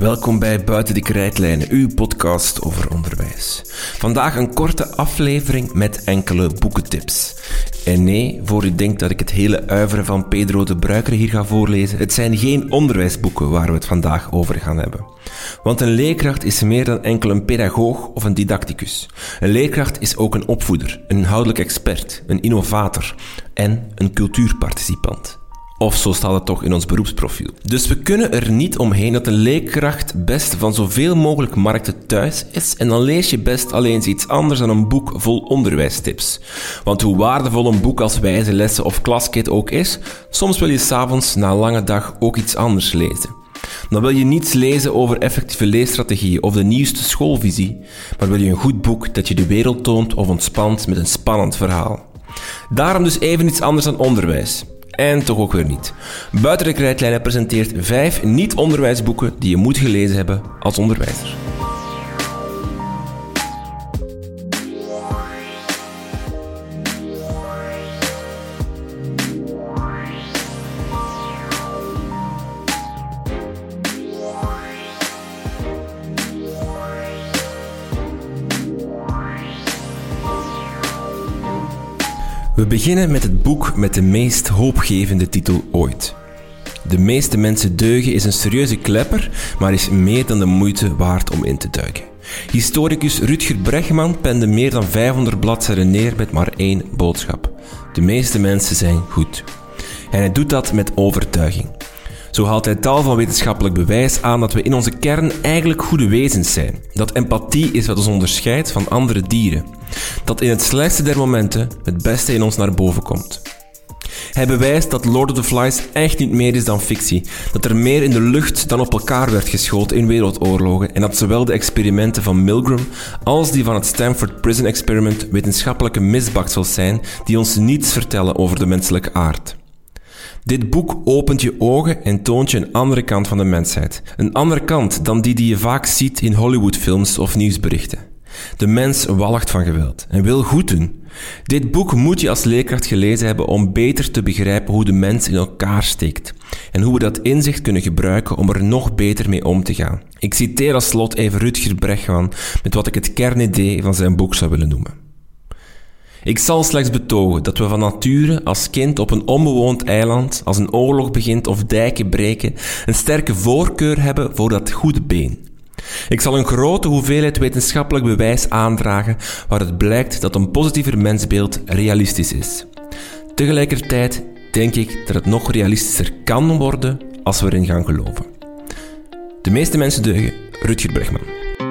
Welkom bij Buiten de Krijtlijnen, uw podcast over onderwijs. Vandaag een korte aflevering met enkele boekentips. En nee, voor u denkt dat ik het hele uiveren van Pedro de Bruiker hier ga voorlezen, het zijn geen onderwijsboeken waar we het vandaag over gaan hebben. Want een leerkracht is meer dan enkel een pedagoog of een didacticus. Een leerkracht is ook een opvoeder, een inhoudelijk expert, een innovator en een cultuurparticipant. Of zo staat het toch in ons beroepsprofiel. Dus we kunnen er niet omheen dat een leerkracht best van zoveel mogelijk markten thuis is en dan lees je best al eens iets anders dan een boek vol onderwijstips. Want hoe waardevol een boek als wijze lessen of klaskit ook is, soms wil je 's avonds na een lange dag ook iets anders lezen. Dan wil je niets lezen over effectieve leerstrategieën of de nieuwste schoolvisie, maar wil je een goed boek dat je de wereld toont of ontspant met een spannend verhaal. Daarom dus even iets anders dan onderwijs. En toch ook weer niet. Buiten de Krijtlijnen presenteert 5 niet-onderwijsboeken die je moet gelezen hebben als onderwijzer. We beginnen met het boek met de meest hoopgevende titel ooit. De meeste mensen deugen is een serieuze klepper, maar is meer dan de moeite waard om in te duiken. Historicus Rutger Bregman pende meer dan 500 bladzijden neer met maar 1 boodschap. De meeste mensen zijn goed. En hij doet dat met overtuiging. Zo haalt hij tal van wetenschappelijk bewijs aan dat we in onze kern eigenlijk goede wezens zijn. Dat empathie is wat ons onderscheidt van andere dieren. Dat in het slechtste der momenten het beste in ons naar boven komt. Hij bewijst dat Lord of the Flies echt niet meer is dan fictie. Dat er meer in de lucht dan op elkaar werd geschoten in wereldoorlogen en dat zowel de experimenten van Milgram als die van het Stanford Prison Experiment wetenschappelijke misbaksels zijn die ons niets vertellen over de menselijke aard. Dit boek opent je ogen en toont je een andere kant van de mensheid. Een andere kant dan die je vaak ziet in Hollywoodfilms of nieuwsberichten. De mens walgt van geweld en wil goed doen. Dit boek moet je als leerkracht gelezen hebben om beter te begrijpen hoe de mens in elkaar steekt en hoe we dat inzicht kunnen gebruiken om er nog beter mee om te gaan. Ik citeer als slot even Rutger Bregman met wat ik het kernidee van zijn boek zou willen noemen. Ik zal slechts betogen dat we van nature als kind op een onbewoond eiland, als een oorlog begint of dijken breken, een sterke voorkeur hebben voor dat goede been. Ik zal een grote hoeveelheid wetenschappelijk bewijs aandragen waaruit blijkt dat een positiever mensbeeld realistisch is. Tegelijkertijd denk ik dat het nog realistischer kan worden als we erin gaan geloven. De meeste mensen deugen, Rutger Bregman.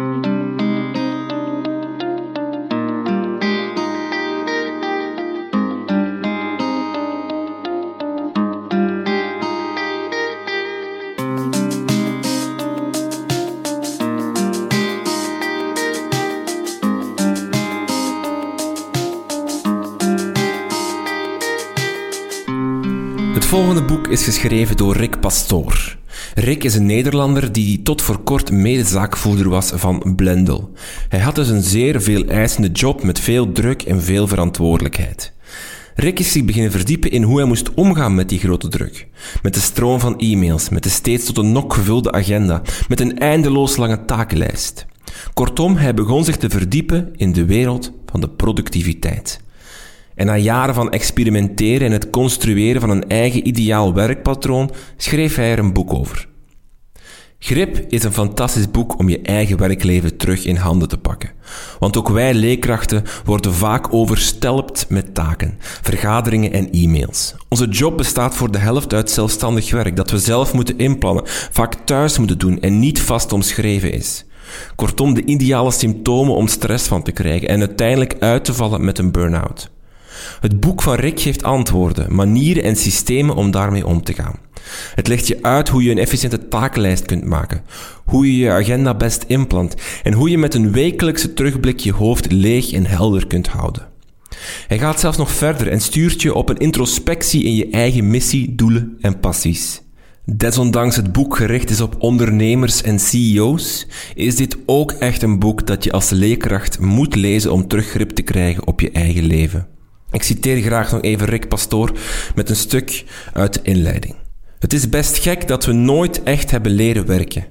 Het volgende boek is geschreven door Rick Pastoor. Rick is een Nederlander die tot voor kort medezaakvoerder was van Blendel. Hij had dus een zeer veel eisende job met veel druk en veel verantwoordelijkheid. Rick is zich beginnen verdiepen in hoe hij moest omgaan met die grote druk. Met de stroom van e-mails, met de steeds tot een nok gevulde agenda, met een eindeloos lange takenlijst. Kortom, hij begon zich te verdiepen in de wereld van de productiviteit. En na jaren van experimenteren en het construeren van een eigen ideaal werkpatroon, schreef hij er een boek over. Grip is een fantastisch boek om je eigen werkleven terug in handen te pakken. Want ook wij leerkrachten worden vaak overstelpt met taken, vergaderingen en e-mails. Onze job bestaat voor de helft uit zelfstandig werk dat we zelf moeten inplannen, vaak thuis moeten doen en niet vast omschreven is. Kortom, de ideale symptomen om stress van te krijgen en uiteindelijk uit te vallen met een burn-out. Het boek van Rick geeft antwoorden, manieren en systemen om daarmee om te gaan. Het legt je uit hoe je een efficiënte takenlijst kunt maken, hoe je je agenda best inplant en hoe je met een wekelijkse terugblik je hoofd leeg en helder kunt houden. Hij gaat zelfs nog verder en stuurt je op een introspectie in je eigen missie, doelen en passies. Desondanks het boek gericht is op ondernemers en CEO's, is dit ook echt een boek dat je als leerkracht moet lezen om terug grip te krijgen op je eigen leven. Ik citeer graag nog even Rick Pastoor met een stuk uit de inleiding. Het is best gek dat we nooit echt hebben leren werken.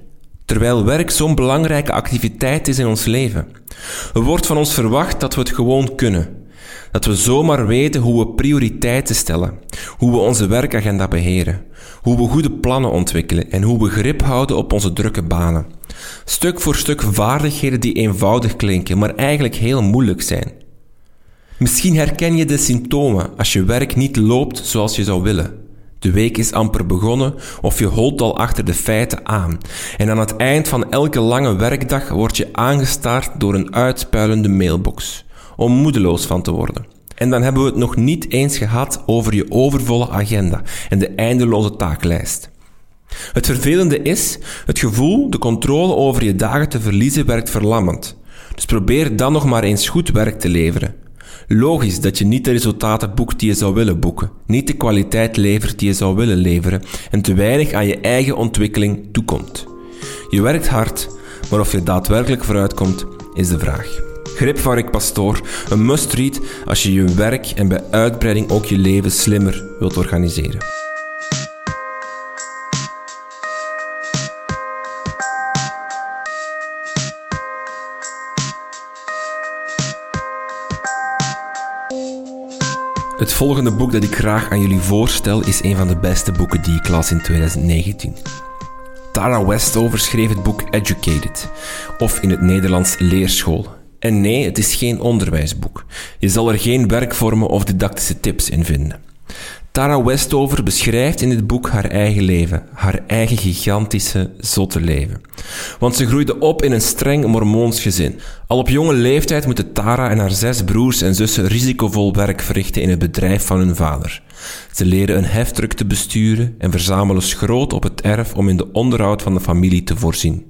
terwijl werk zo'n belangrijke activiteit is in ons leven. Er wordt van ons verwacht dat we het gewoon kunnen. Dat we zomaar weten hoe we prioriteiten stellen, hoe we onze werkagenda beheren, hoe we goede plannen ontwikkelen en hoe we grip houden op onze drukke banen. Stuk voor stuk vaardigheden die eenvoudig klinken, maar eigenlijk heel moeilijk zijn. Misschien herken je de symptomen als je werk niet loopt zoals je zou willen. De week is amper begonnen of je holt al achter de feiten aan. En aan het eind van elke lange werkdag word je aangestaard door een uitspuilende mailbox, om moedeloos van te worden. En dan hebben we het nog niet eens gehad over je overvolle agenda en de eindeloze taaklijst. Het vervelende is, het gevoel de controle over je dagen te verliezen werkt verlammend. Dus probeer dan nog maar eens goed werk te leveren. Logisch dat je niet de resultaten boekt die je zou willen boeken, niet de kwaliteit levert die je zou willen leveren en te weinig aan je eigen ontwikkeling toekomt. Je werkt hard, maar of je daadwerkelijk vooruitkomt, is de vraag. Grip van Rick Pastoor, een must-read als je je werk en bij uitbreiding ook je leven slimmer wilt organiseren. Het volgende boek dat ik graag aan jullie voorstel is een van de beste boeken die ik las in 2019. Tara Westover schreef het boek Educated, of in het Nederlands Leerschool. En nee, het is geen onderwijsboek. Je zal er geen werkvormen of didactische tips in vinden. Tara Westover beschrijft in dit boek haar eigen leven, haar eigen gigantische, zotte leven. Want ze groeide op in een streng Mormoons gezin. Al op jonge leeftijd moeten Tara en haar 6 broers en zussen risicovol werk verrichten in het bedrijf van hun vader. Ze leren een heftruck te besturen en verzamelen schroot op het erf om in de onderhoud van de familie te voorzien.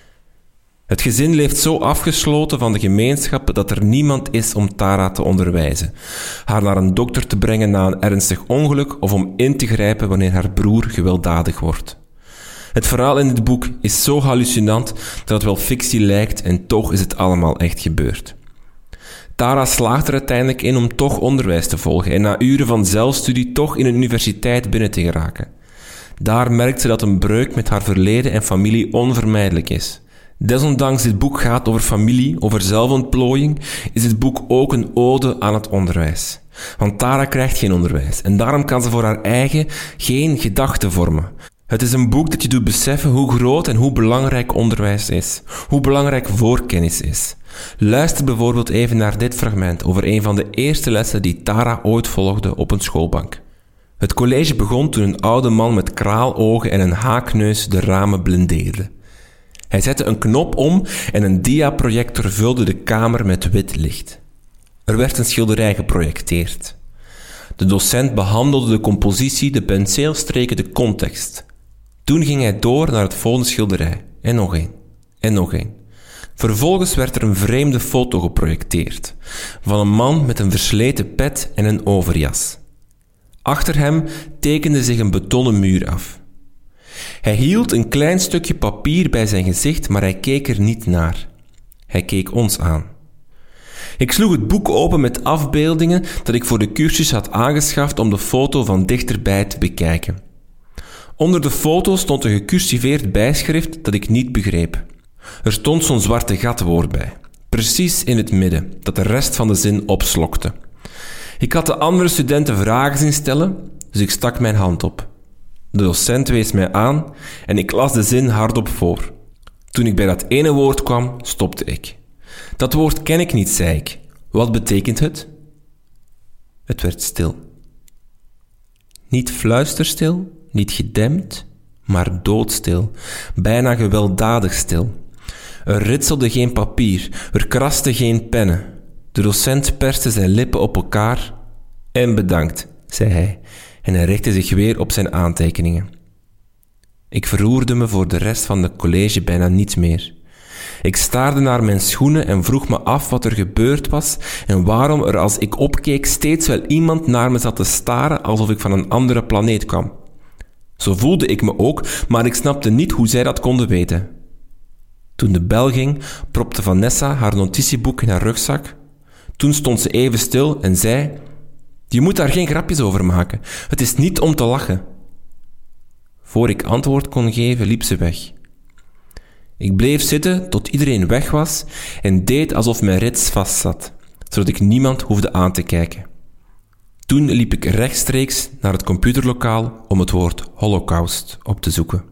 Het gezin leeft zo afgesloten van de gemeenschap dat er niemand is om Tara te onderwijzen, haar naar een dokter te brengen na een ernstig ongeluk of om in te grijpen wanneer haar broer gewelddadig wordt. Het verhaal in dit boek is zo hallucinant dat het wel fictie lijkt en toch is het allemaal echt gebeurd. Tara slaagt er uiteindelijk in om toch onderwijs te volgen en na uren van zelfstudie toch in een universiteit binnen te geraken. Daar merkt ze dat een breuk met haar verleden en familie onvermijdelijk is. Desondanks dit boek gaat over familie, over zelfontplooiing, is dit boek ook een ode aan het onderwijs. Want Tara krijgt geen onderwijs en daarom kan ze voor haar eigen geen gedachten vormen. Het is een boek dat je doet beseffen hoe groot en hoe belangrijk onderwijs is, hoe belangrijk voorkennis is. Luister bijvoorbeeld even naar dit fragment over een van de eerste lessen die Tara ooit volgde op een schoolbank. Het college begon toen een oude man met kraalogen en een haakneus de ramen blindeerde. Hij zette een knop om en een diaprojector vulde de kamer met wit licht. Er werd een schilderij geprojecteerd. De docent behandelde de compositie, de penseelstreken, de context. Toen ging hij door naar het volgende schilderij. En nog één. En nog één. Vervolgens werd er een vreemde foto geprojecteerd. Van een man met een versleten pet en een overjas. Achter hem tekende zich een betonnen muur af. Hij hield een klein stukje papier bij zijn gezicht, maar hij keek er niet naar. Hij keek ons aan. Ik sloeg het boek open met afbeeldingen dat ik voor de cursus had aangeschaft om de foto van dichterbij te bekijken. Onder de foto stond een gecursiveerd bijschrift dat ik niet begreep. Er stond zo'n zwarte gatwoord bij, precies in het midden, dat de rest van de zin opslokte. Ik had de andere studenten vragen zien stellen, dus ik stak mijn hand op. De docent wees mij aan en ik las de zin hardop voor. Toen ik bij dat ene woord kwam, stopte ik. Dat woord ken ik niet, zei ik. Wat betekent het? Het werd stil. Niet fluisterstil, niet gedempt, maar doodstil. Bijna gewelddadig stil. Er ritselde geen papier, er kraste geen pennen. De docent perste zijn lippen op elkaar. En bedankt, zei hij. En hij richtte zich weer op zijn aantekeningen. Ik verroerde me voor de rest van het college bijna niet meer. Ik staarde naar mijn schoenen en vroeg me af wat er gebeurd was en waarom er als ik opkeek steeds wel iemand naar me zat te staren alsof ik van een andere planeet kwam. Zo voelde ik me ook, maar ik snapte niet hoe zij dat konden weten. Toen de bel ging, propte Vanessa haar notitieboek in haar rugzak. Toen stond ze even stil en zei: je moet daar geen grapjes over maken. Het is niet om te lachen. Voor ik antwoord kon geven, liep ze weg. Ik bleef zitten tot iedereen weg was en deed alsof mijn rits vastzat, zodat ik niemand hoefde aan te kijken. Toen liep ik rechtstreeks naar het computerlokaal om het woord Holocaust op te zoeken.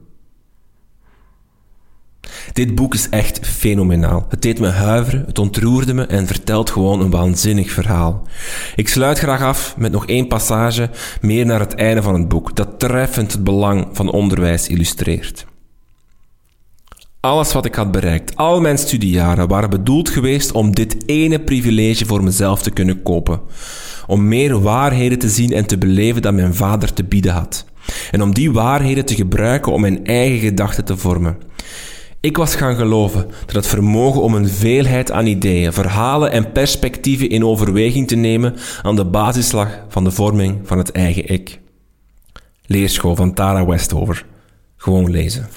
Dit boek is echt fenomenaal. Het deed me huiveren, het ontroerde me en vertelt gewoon een waanzinnig verhaal. Ik sluit graag af met nog 1 passage meer naar het einde van het boek, dat treffend het belang van onderwijs illustreert. Alles wat ik had bereikt, al mijn studiejaren, waren bedoeld geweest om dit ene privilege voor mezelf te kunnen kopen. Om meer waarheden te zien en te beleven dat mijn vader te bieden had. En om die waarheden te gebruiken om mijn eigen gedachten te vormen. Ik was gaan geloven dat het vermogen om een veelheid aan ideeën, verhalen en perspectieven in overweging te nemen aan de basis lag van de vorming van het eigen ik. Leerschool van Tara Westover. Gewoon lezen.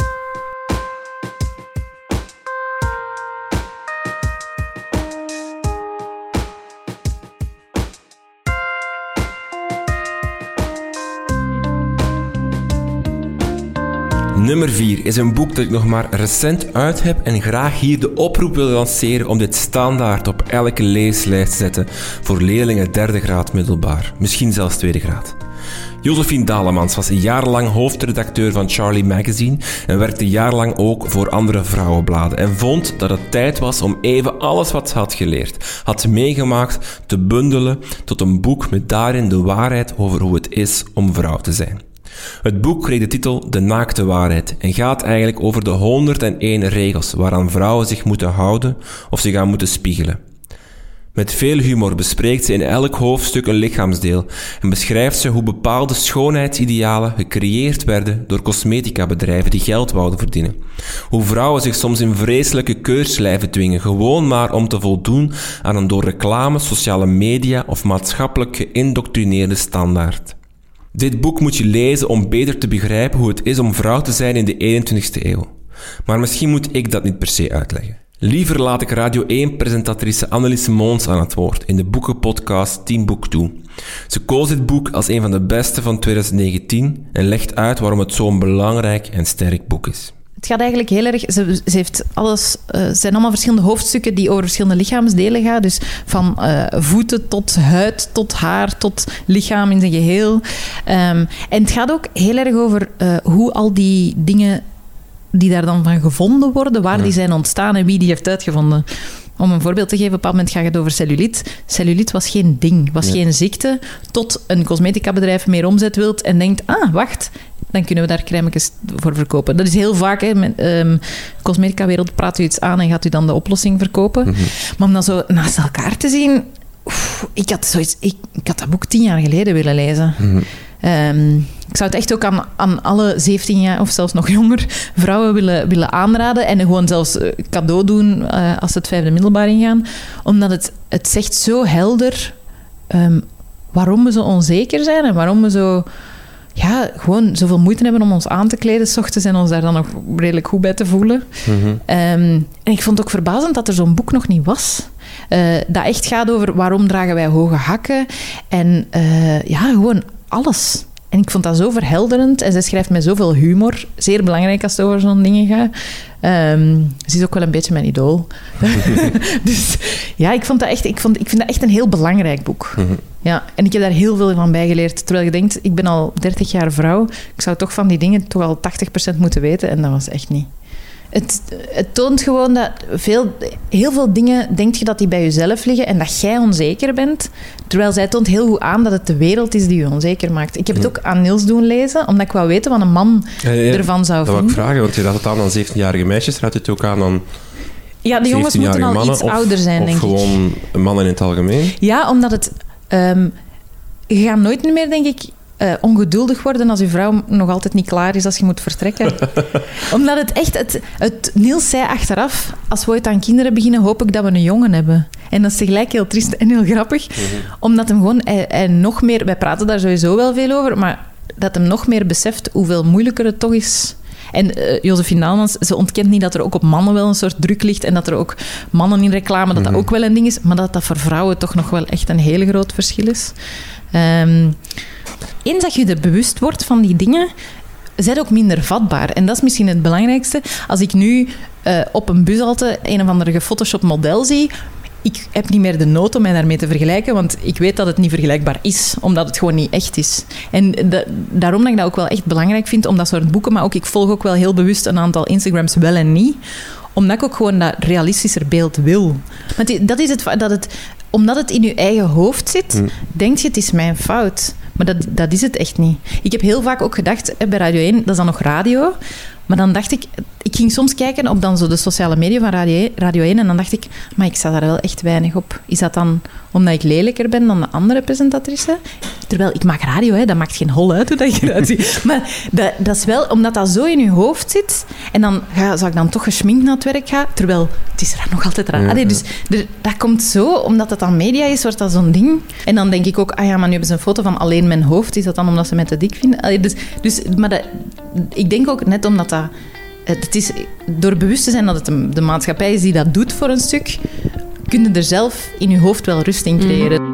Nummer 4 is een boek dat ik nog maar recent uit heb en graag hier de oproep wil lanceren om dit standaard op elke leeslijst te zetten voor leerlingen 3e graad middelbaar, misschien zelfs 2e graad. Josephine Dalemans was jarenlang hoofdredacteur van Charlie Magazine en werkte jarenlang ook voor andere vrouwenbladen en vond dat het tijd was om even alles wat ze had geleerd, had meegemaakt, te bundelen tot een boek met daarin de waarheid over hoe het is om vrouw te zijn. Het boek kreeg de titel De Naakte Waarheid en gaat eigenlijk over de 101 regels waaraan vrouwen zich moeten houden of zich aan moeten spiegelen. Met veel humor bespreekt ze in elk hoofdstuk een lichaamsdeel en beschrijft ze hoe bepaalde schoonheidsidealen gecreëerd werden door cosmetica-bedrijven die geld wouden verdienen. Hoe vrouwen zich soms in vreselijke keurslijven dwingen, gewoon maar om te voldoen aan een door reclame, sociale media of maatschappelijk geïndoctrineerde standaard. Dit boek moet je lezen om beter te begrijpen hoe het is om vrouw te zijn in de 21ste eeuw. Maar misschien moet ik dat niet per se uitleggen. Liever laat ik Radio 1-presentatrice Annelies Moons aan het woord in de boekenpodcast Team Book Toe. Ze koos dit boek als een van de beste van 2019 en legt uit waarom het zo'n belangrijk en sterk boek is. Het gaat eigenlijk heel erg... Ze heeft alles... Het zijn allemaal verschillende hoofdstukken die over verschillende lichaamsdelen gaan. Dus van voeten tot huid, tot haar, tot lichaam in zijn geheel. En het gaat ook heel erg over hoe al die dingen die daar dan van gevonden worden, waar die zijn ontstaan en wie die heeft uitgevonden. Om een voorbeeld te geven, op een bepaald moment gaat het over cellulite. Cellulite was geen ding, was geen ziekte, tot een cosmetica-bedrijf meer omzet wilt en denkt, wacht, dan kunnen we daar crèmetjes voor verkopen. Dat is heel vaak, hè. Cosmetica-wereld praat u iets aan en gaat u dan de oplossing verkopen. Mm-hmm. Maar om dat zo naast elkaar te zien... Ik had dat boek 10 jaar geleden willen lezen. Mm-hmm. Ik zou het echt ook aan alle 17 jaar of zelfs nog jonger vrouwen willen aanraden en gewoon zelfs cadeau doen als ze het 5e middelbaar ingaan. Omdat het zegt zo helder waarom we zo onzeker zijn en waarom we zo... Ja, gewoon zoveel moeite hebben om ons aan te kleden 's ochtends en ons daar dan nog redelijk goed bij te voelen. Mm-hmm. En ik vond het ook verbazend dat er zo'n boek nog niet was. Dat echt gaat over waarom dragen wij hoge hakken en gewoon alles. En ik vond dat zo verhelderend en zij schrijft met zoveel humor. Zeer belangrijk als het over zo'n dingen gaat. Ze is ook wel een beetje mijn idool. Dus ja, ik vind dat echt een heel belangrijk boek. Mm-hmm. Ja, en ik heb daar heel veel van bijgeleerd. Terwijl je denkt, ik ben al 30 jaar vrouw. Ik zou toch van die dingen toch al 80% moeten weten. En dat was echt niet. Het toont gewoon dat heel veel dingen, denk je dat die bij jezelf liggen en dat jij onzeker bent. Terwijl zij toont heel goed aan dat het de wereld is die je onzeker maakt. Ik heb het ook aan Niels doen lezen, omdat ik wou weten wat een man ervan zou vinden. Dat wil ik vragen, want je raadt het aan 17-jarige meisjes, raadt je het ook aan... Ja, de jongens moeten al iets ouder zijn, denk ik. Of gewoon mannen in het algemeen? Ja, omdat het... je gaat nooit meer, denk ik... ongeduldig worden als je vrouw nog altijd niet klaar is als je moet vertrekken. Omdat het echt... Niels zei achteraf, als we ooit aan kinderen beginnen, hoop ik dat we een jongen hebben. En dat is tegelijk heel triest en heel grappig. Mm-hmm. Omdat hem gewoon... Hij nog meer... Wij praten daar sowieso wel veel over, maar dat hem nog meer beseft hoeveel moeilijker het toch is... En Josephine Dalemans, ze ontkent niet dat er ook op mannen wel een soort druk ligt en dat er ook mannen in reclame, dat ook wel een ding is, maar dat voor vrouwen toch nog wel echt een heel groot verschil is. Eens dat je er bewust wordt van die dingen, zijn ook minder vatbaar. En dat is misschien het belangrijkste. Als ik nu op een bushalte een of andere gefotoshopt model zie, ik heb niet meer de nood om mij daarmee te vergelijken, want ik weet dat het niet vergelijkbaar is, omdat het gewoon niet echt is. En daarom dat ik dat ook wel echt belangrijk vind, om dat soort boeken, maar ook ik volg ook wel heel bewust een aantal Instagrams wel en niet, omdat ik ook gewoon dat realistischer beeld wil. Want dat is omdat het in je eigen hoofd zit, denk je het is mijn fout. Maar dat is het echt niet. Ik heb heel vaak ook gedacht, bij Radio 1, dat is dan nog radio, maar dan dacht ik ging soms kijken op dan zo de sociale media van Radio 1 en dan dacht ik, maar ik sta daar wel echt weinig op. Is dat dan omdat ik lelijker ben dan de andere presentatrice? Terwijl ik maak radio, hè, dat maakt geen hol uit hoe dat je eruit ziet. Maar dat is wel omdat dat zo in je hoofd zit en dan zou ik dan toch geschminkt naar het werk gaan, terwijl het is er nog altijd raar. Ja. Dus dat komt zo, omdat het dan media is, wordt dat zo'n ding. En dan denk ik ook, maar nu hebben ze een foto van alleen mijn hoofd. Is dat dan omdat ze mij te dik vinden? Maar ik denk ook net omdat dat... Het is door bewust te zijn dat het de maatschappij is die dat doet voor een stuk, kun je er zelf in je hoofd wel rust in creëren.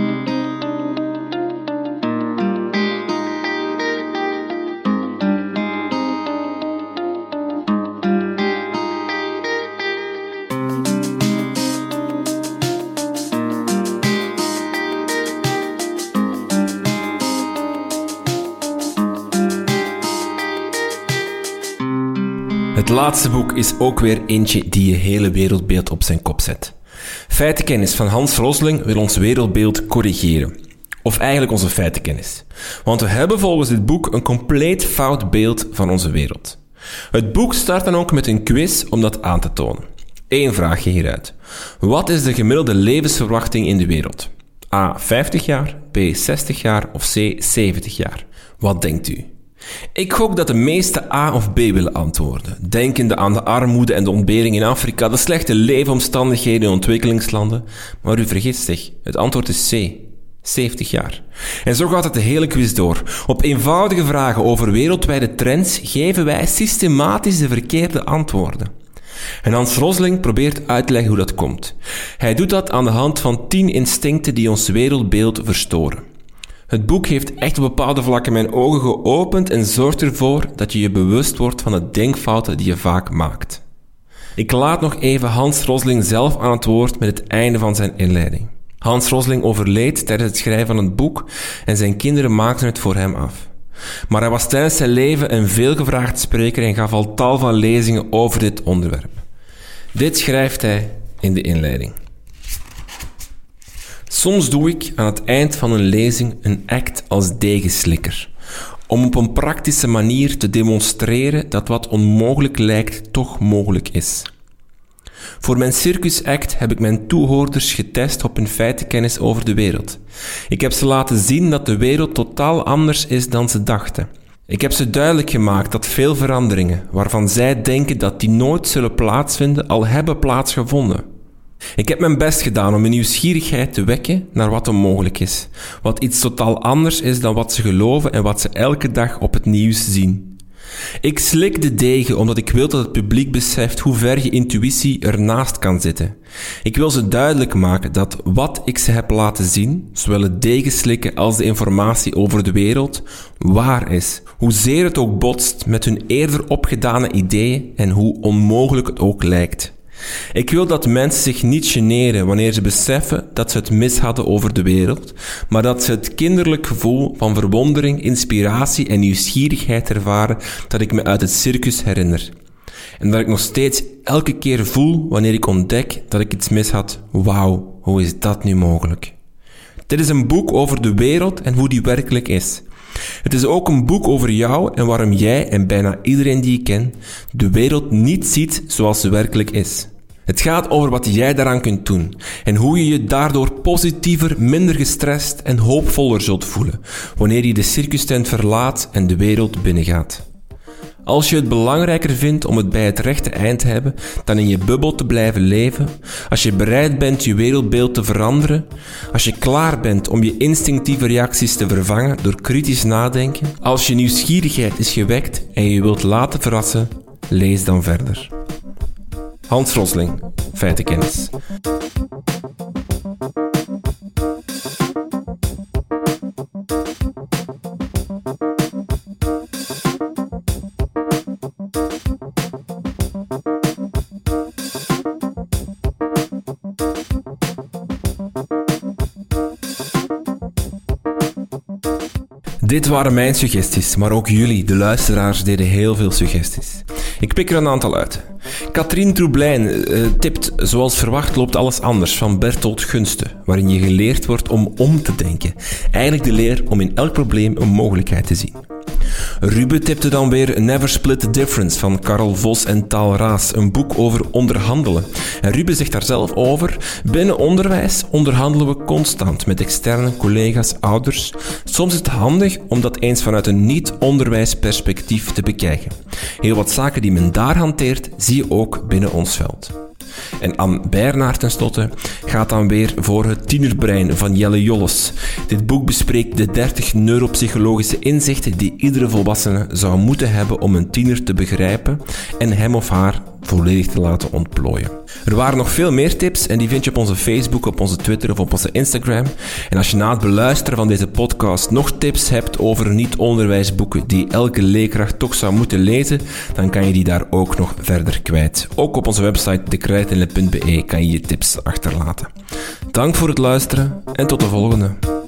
Het laatste boek is ook weer eentje die je hele wereldbeeld op zijn kop zet. Feitenkennis van Hans Rosling wil ons wereldbeeld corrigeren. Of eigenlijk onze feitenkennis. Want we hebben volgens dit boek een compleet fout beeld van onze wereld. Het boek start dan ook met een quiz om dat aan te tonen. 1 vraagje hieruit. Wat is de gemiddelde levensverwachting in de wereld? A. 50 jaar, B. 60 jaar of C. 70 jaar? Wat denkt u? Ik gok dat de meesten A of B willen antwoorden, denkende aan de armoede en de ontbering in Afrika, de slechte leefomstandigheden in ontwikkelingslanden. Maar u vergist zich, het antwoord is C. 70 jaar. En zo gaat het de hele quiz door. Op eenvoudige vragen over wereldwijde trends geven wij systematisch de verkeerde antwoorden. En Hans Rosling probeert uit te leggen hoe dat komt. Hij doet dat aan de hand van 10 instincten die ons wereldbeeld verstoren. Het boek heeft echt op bepaalde vlakken mijn ogen geopend en zorgt ervoor dat je je bewust wordt van de denkfouten die je vaak maakt. Ik laat nog even Hans Rosling zelf aan het woord met het einde van zijn inleiding. Hans Rosling overleed tijdens het schrijven van het boek en zijn kinderen maakten het voor hem af. Maar hij was tijdens zijn leven een veelgevraagd spreker en gaf al tal van lezingen over dit onderwerp. Dit schrijft hij in de inleiding. Soms doe ik aan het eind van een lezing een act als degenslikker, om op een praktische manier te demonstreren dat wat onmogelijk lijkt toch mogelijk is. Voor mijn circusact heb ik mijn toehoorders getest op hun feitenkennis over de wereld. Ik heb ze laten zien dat de wereld totaal anders is dan ze dachten. Ik heb ze duidelijk gemaakt dat veel veranderingen, waarvan zij denken dat die nooit zullen plaatsvinden, al hebben plaatsgevonden. Ik heb mijn best gedaan om hun nieuwsgierigheid te wekken naar wat onmogelijk is. Wat iets totaal anders is dan wat ze geloven en wat ze elke dag op het nieuws zien. Ik slik de degen omdat ik wil dat het publiek beseft hoe ver je intuïtie ernaast kan zitten. Ik wil ze duidelijk maken dat wat ik ze heb laten zien, zowel het degenslikken als de informatie over de wereld, waar is. Hoezeer het ook botst met hun eerder opgedane ideeën en hoe onmogelijk het ook lijkt. Ik wil dat mensen zich niet generen wanneer ze beseffen dat ze het mis hadden over de wereld, maar dat ze het kinderlijk gevoel van verwondering, inspiratie en nieuwsgierigheid ervaren dat ik me uit het circus herinner. En dat ik nog steeds elke keer voel wanneer ik ontdek dat ik iets mis had. Wauw, hoe is dat nu mogelijk? Dit is een boek over de wereld en hoe die werkelijk is. Het is ook een boek over jou en waarom jij en bijna iedereen die je kent de wereld niet ziet zoals ze werkelijk is. Het gaat over wat jij daaraan kunt doen en hoe je je daardoor positiever, minder gestrest en hoopvoller zult voelen wanneer je de circustent verlaat en de wereld binnengaat. Als je het belangrijker vindt om het bij het rechte eind te hebben dan in je bubbel te blijven leven, als je bereid bent je wereldbeeld te veranderen, als je klaar bent om je instinctieve reacties te vervangen door kritisch nadenken, als je nieuwsgierigheid is gewekt en je wilt laten verrassen, lees dan verder. Hans Rosling, Feitenkennis. Dit waren mijn suggesties, maar ook jullie, de luisteraars, deden heel veel suggesties. Ik pik er een aantal uit. Katrien Troublijn tipt Zoals verwacht loopt alles anders van Bertolt Gunste, waarin je geleerd wordt om te denken. Eigenlijk de leer om in elk probleem een mogelijkheid te zien. Ruben tipte dan weer Never Split the Difference van Karel Vos en Taal Raas, een boek over onderhandelen. En Ruben zegt daar zelf over: binnen onderwijs onderhandelen we constant met externe collega's, ouders. Soms is het handig om dat eens vanuit een niet-onderwijsperspectief te bekijken. Heel wat zaken die men daar hanteert, zie je ook binnen ons veld. En Anne Bernard tenslotte gaat dan weer voor het tienerbrein van Jelle Jolles. Dit boek bespreekt de 30 neuropsychologische inzichten die iedere volwassene zou moeten hebben om een tiener te begrijpen en hem of haar volledig te laten ontplooien. Er waren nog veel meer tips en die vind je op onze Facebook, op onze Twitter of op onze Instagram. En als je na het beluisteren van deze podcast nog tips hebt over niet-onderwijsboeken die elke leerkracht toch zou moeten lezen, dan kan je die daar ook nog verder kwijt. Ook op onze website dekruitenle.be kan je je tips achterlaten. Dank voor het luisteren en tot de volgende.